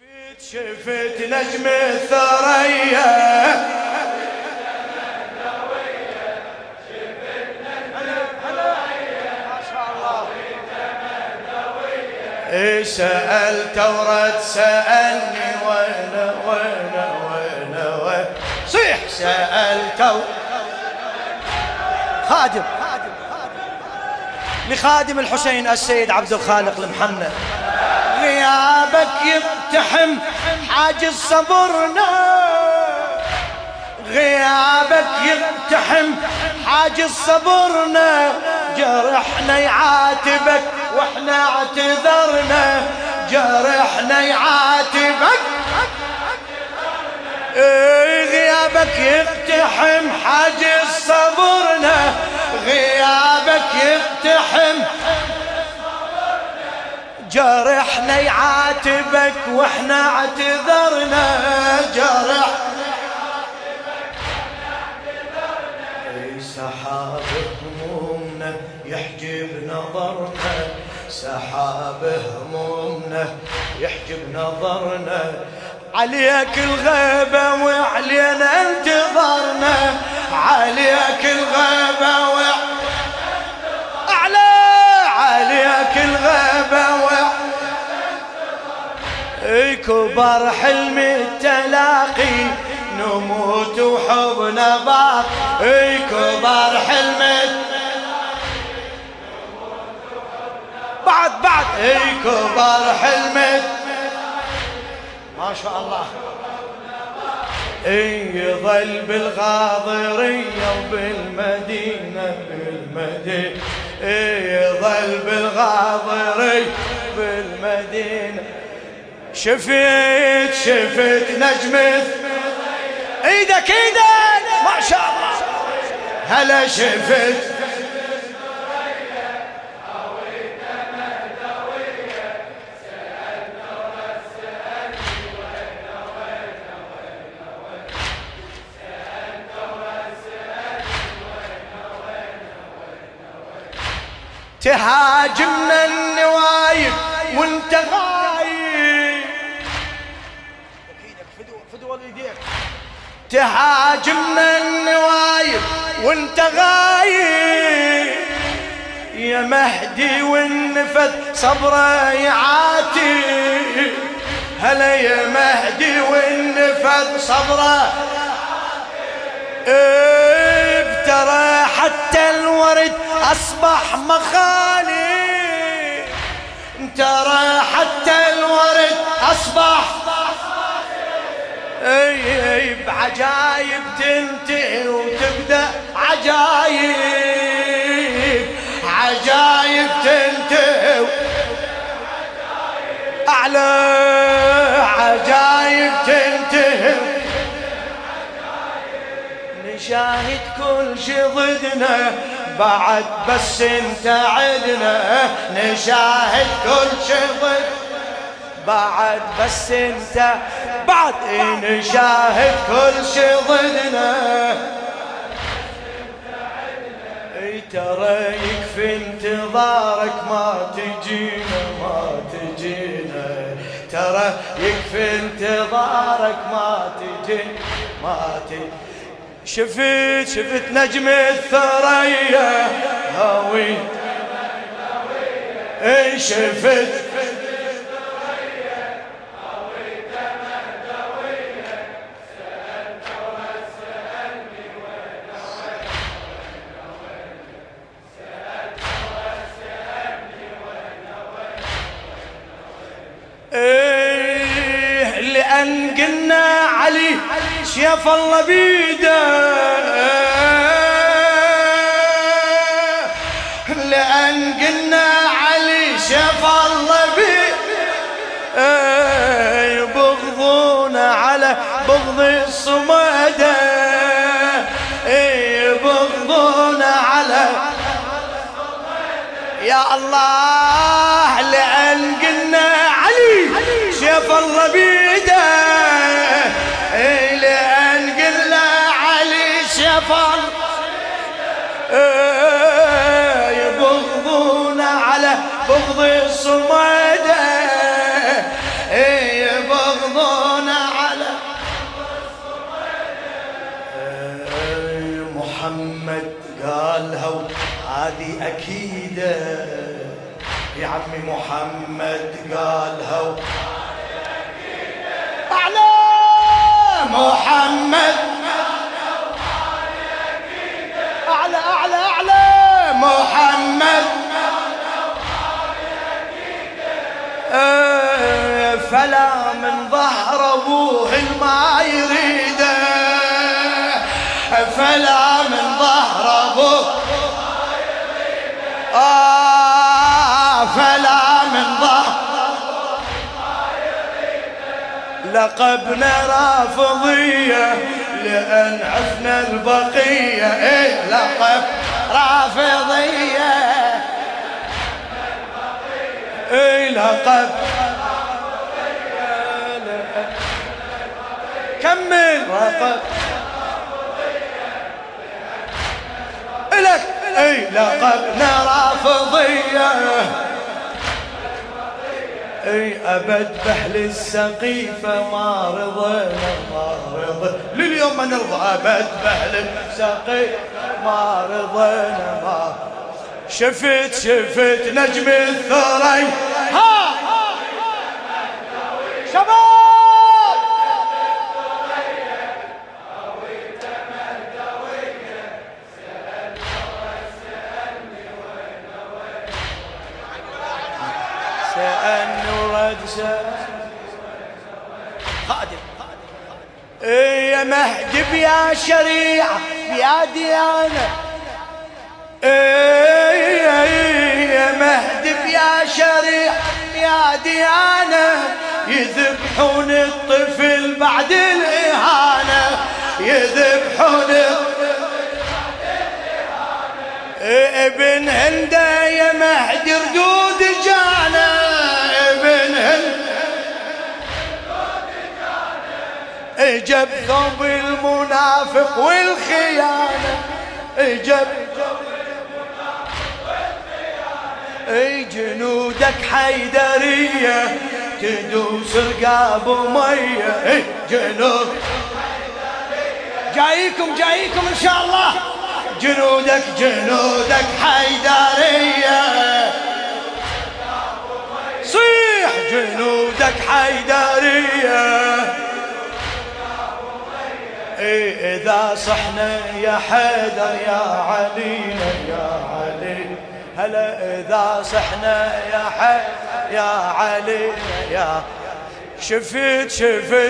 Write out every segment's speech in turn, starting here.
شفت نجم الثريا سألت ورد سألني وين صيح سألت خادم لخادم الحسين السيد عبد الخالق المحنى غيابك يقتحم حاجز صبرنا غيابك يقتحم حاجز صبرنا جرحنا يعاتبك واحنا اعتذرنا جرحنا يعاتبك غيابك يقتحم حاجز صبرنا غيابك يقتحم جرحنا يعاتبك واحنا اعتذرنا جرح سحاب همومنا يحجب نظرنا سحاب همومنا يحجب نظرنا عليك الغيبة وعلينا انتظرنا عليك الغيبة عليك الغيبة كبر حلم التلاقي نموت وحبنا باقي كبر حلم بعد كبر حلم ما شاء الله يظل بالغاضرية وبالمدينة يظل بالغاضرية بالمدينة شفت نجمة ايدك ما شاء الله هلا شفت تهاجمنا النوايب وانت غايب فدوى ايديك تهاجمنا النوايب وانت غايب يا مهدي والنفذ صبره يعاتي هلا يا مهدي والنفذ صبره ترى حتى الورد أصبح مخالي ترى حتى الورد أصبح بعجايب تنتهي وتبدأ عجايب تنتهي أعلى عجايب تنتهي نشاهد كل شي ضدنا بعد بس انت عدنا نشاهد كل شي ضدنا بعد بس انت بعد نشاهد كل شي ضدنا ترى يكفي انتظارك ما تجينا ترى يكفي انتظارك ما تجينا شفت نجم الثريا هاوي شفت لأن قلنا علي شيف الله بيده لأن قلنا علي شيف الله بيده يبغضونا على بغض الصمد يبغضونا على يا الله لأن قلنا علي شيف الله بيده لأن قلنا علي شيف يبغضونا على بغض الصمد يبغض قالها هذه أكيدة يا عمي محمد قالها أعلى محمد أعلى أعلى أعلى محمد فلا من ظهر أبوه ما يريده فلا من ظهر أبوه فلا من ظهر لقبنا رافضية لأن عفنا البقية لقب رافضية لقب كمل لقب لك لقبنا رافضية أبد بهل السقيفة ما رضينا لليوم ما نرضى أبد بهل السقيفة ما رضينا ما شفت نجم الثري ها شباب سألني ورد خادم يا مهدي بيا شريعة بيا ديانة يا مهدي بيا شريعة بيا ديانة يذبحون الطفل بعد الإهانة يذبحون ابن هندة يا مهدي ردود جانا ابن هند جاب ثوب المنافق والخيانة جاب جنودك حيدرية تدوس رقاب مية جنود جايكم ان شاء الله جنودك حيدرية صيح جنودك حيدرية إذا صحنا يا حيدر يا علينا يا علي هلا إذا صحنا يا حيدر يا علينا يا شفت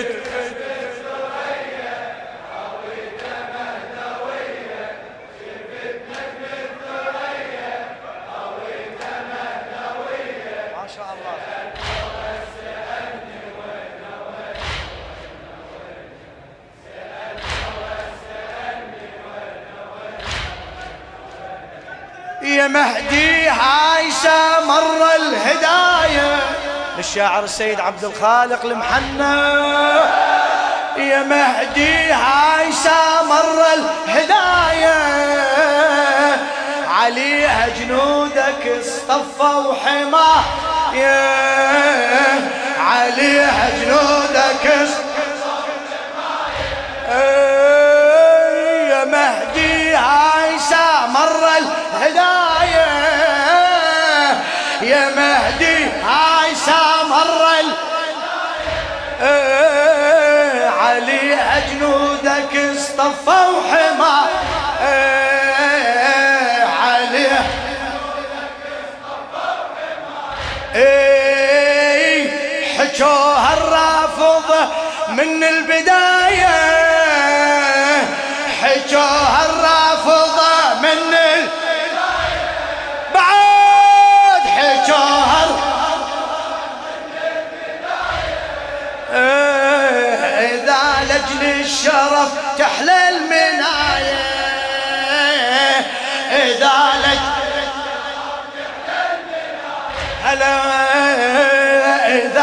يا مهدي عايشة مر الهداية للشاعر السيد عبد الخالق المحنى يا مهدي عايشة مر الهداية عليها جنودك اصطفوا حماية عليها جنودك يا مهدي عايشة مر الهداية يا مهدي عايشة مر عليها جنودك اصطفوا حماية عليها حجوها الرافضة من البداية حجوها الرافضة من بعد حجوها إذا لجل الشرف تحلى المناية إذا لجل هلا إذا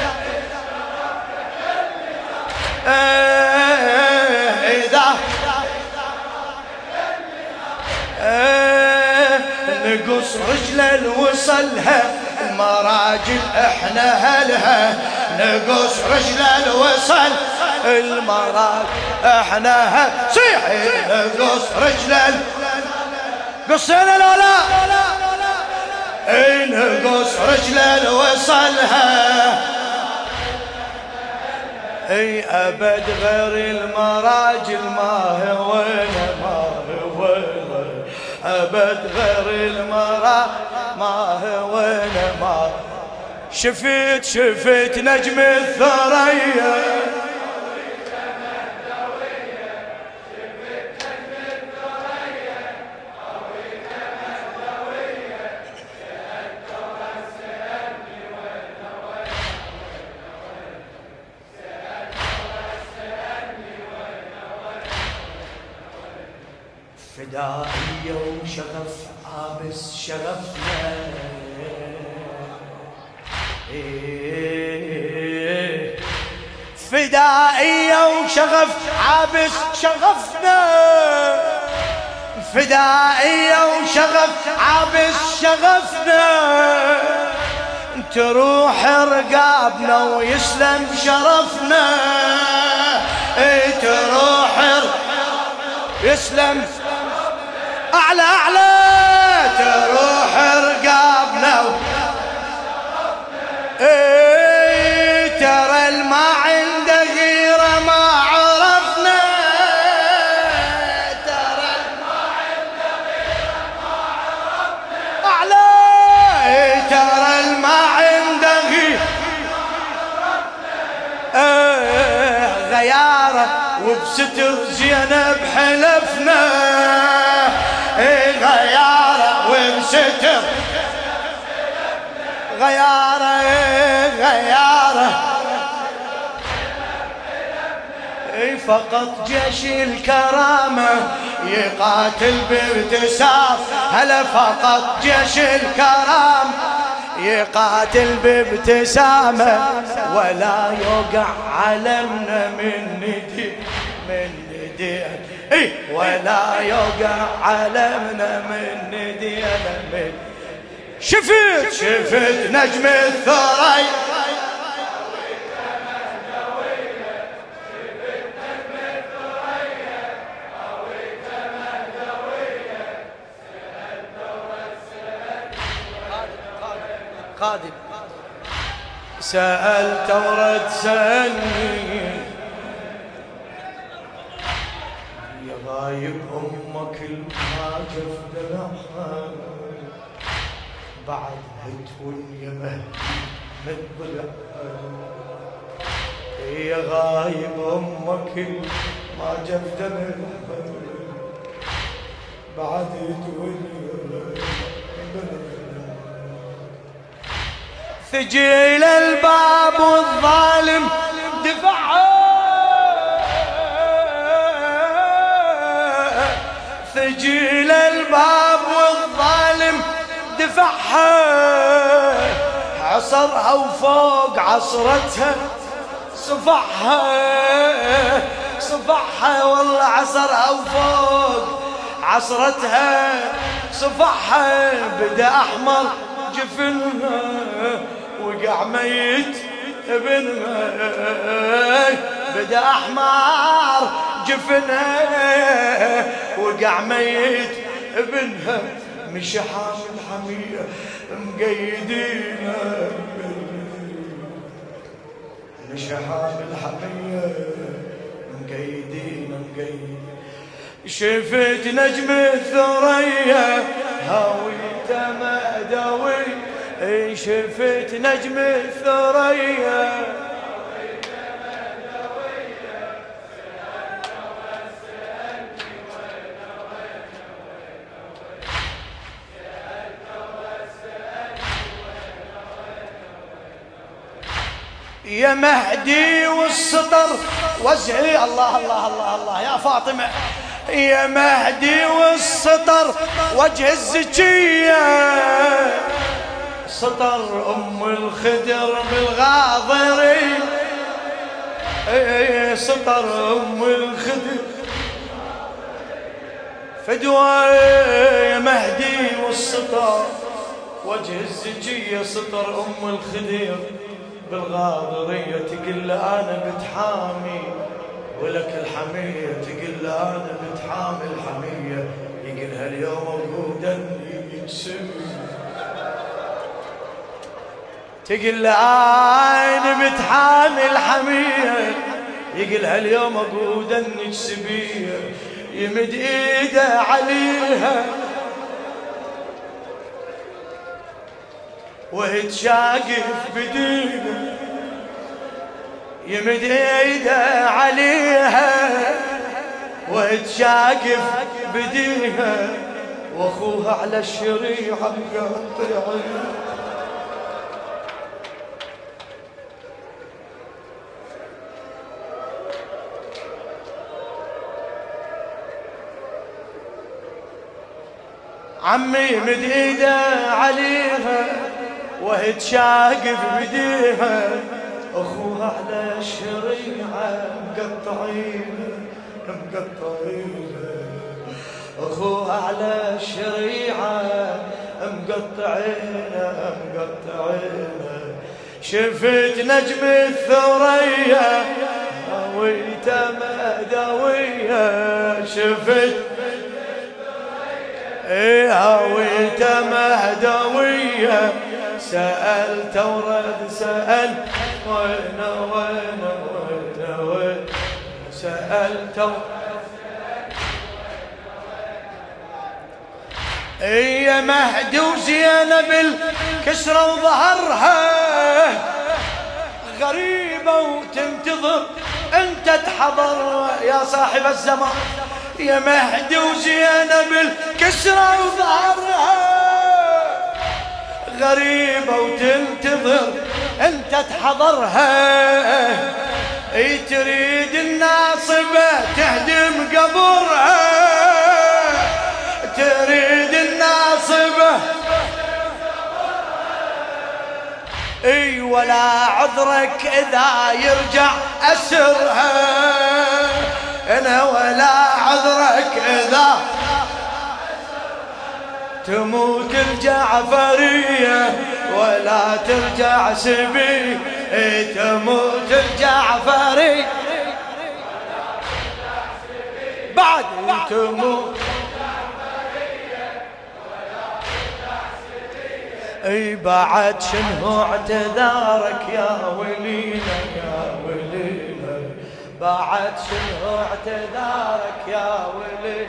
نقص رجله الوصلها المراجل احنا هلها نقص رجله الوصل المراجل احنا صيح نقص رجله قصينا لو لا نقص رجله وصلها اي ابد غير المراجل ما هو ابد غير المراجل ما هو ما شفت نجم الثريا فدائية وشغف عابس شغفنا فدائية وشغف عابس شغفنا فدائية وشغف عابس شغفنا تروح رقابنا ويسلم شرفنا تروح يسلم أعلى أعلى تروح رقابنا ترى الما عنده غيره ما عرفنا ترى الما عنده غيره ما عرفنا أعلى ترى الما عنده غيره ما عرفنا غياره وبستر زينب حلفنا غياره وبستر غياره فقط جيش الكرامة يقاتل بابتسام هلا فقط جيش الكرامة يقاتل بابتسامة ولا يوقع علمنا من ندي ولا يوقع علمنا من ندينا من شفت نجم الثريا قادم سألت ورد سألني يا غايب أمك المهاجر دلعها بعد هتون يا مهدي من ضلعها يا غايب أمك المهاجر دلعها بعد هتون ثجيل الباب والظالم دفعها ثجيل الباب والظالم دفعها عصرها وفوق عصرتها صفحها والله عصرها وفوق عصرتها صفحها بدا احمر جفنها وقع ميت ابنها بدا احمر جفنها وقع ميت ابنها مش حامل حمية مقيدينا مش حامل حمية مقيدينا شفت نجم الثريا هاويته مأدوي شفت نجم الثريا يا مهدي والسطر وزعي الله الله الله الله يا فاطمة يا مهدي والسطر وجه الزكية سطر أم الخدر بالغاضري سطر أم الخدر فدوى يا مهدي والسطر وجه الزكية سطر أم الخدر بالغاضرية تقل أنا بتحامي ولك الحمية تقل أنا بتحامي الحمية يقول هاليوم موجودا يكسبي. تقول عين بتحامل حمية، يقول هاليوم موجودا يكسبي. يمد ايده عليها ويتشاقف بدينه، يمد ايده عليها ويتشاقف بديها، واخوها على الشريعة مقطعين. عمي يمد ايده عليها وهي تشاقف بديها، اخوها على الشريعة مقطعين مقطعين، اخوها على الشريعة مقطعين مقطعين. شفت نجم الثريا هويته مهدوية، شفت هويته مهدوية. سألت ورد سأل وين وين وين وين، سألت يا مهدي وزينب الكسرة وظهرها غريبة وتنتظر انت تحضر يا صاحب الزمان. يا مهدي وزينب الكسرة وظهرها غريبة وتنتظر انت تحضرها. اي تريد الناصبة تهدم قبرها، تريد الناصبة اي ولا عذرك اذا يرجع اسرها. انا ولا عذرك اذا تموت الجعفرية ولا ترجع سبي. تموت الجعفرية بعد تموت اي بعد شنو اعتذارك يا ولينا يا ولينا، بعد شنو اعتذارك يا ولينا.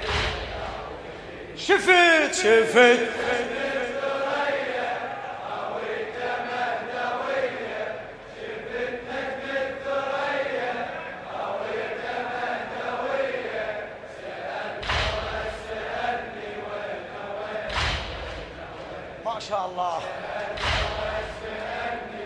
شفت ما شاء الله.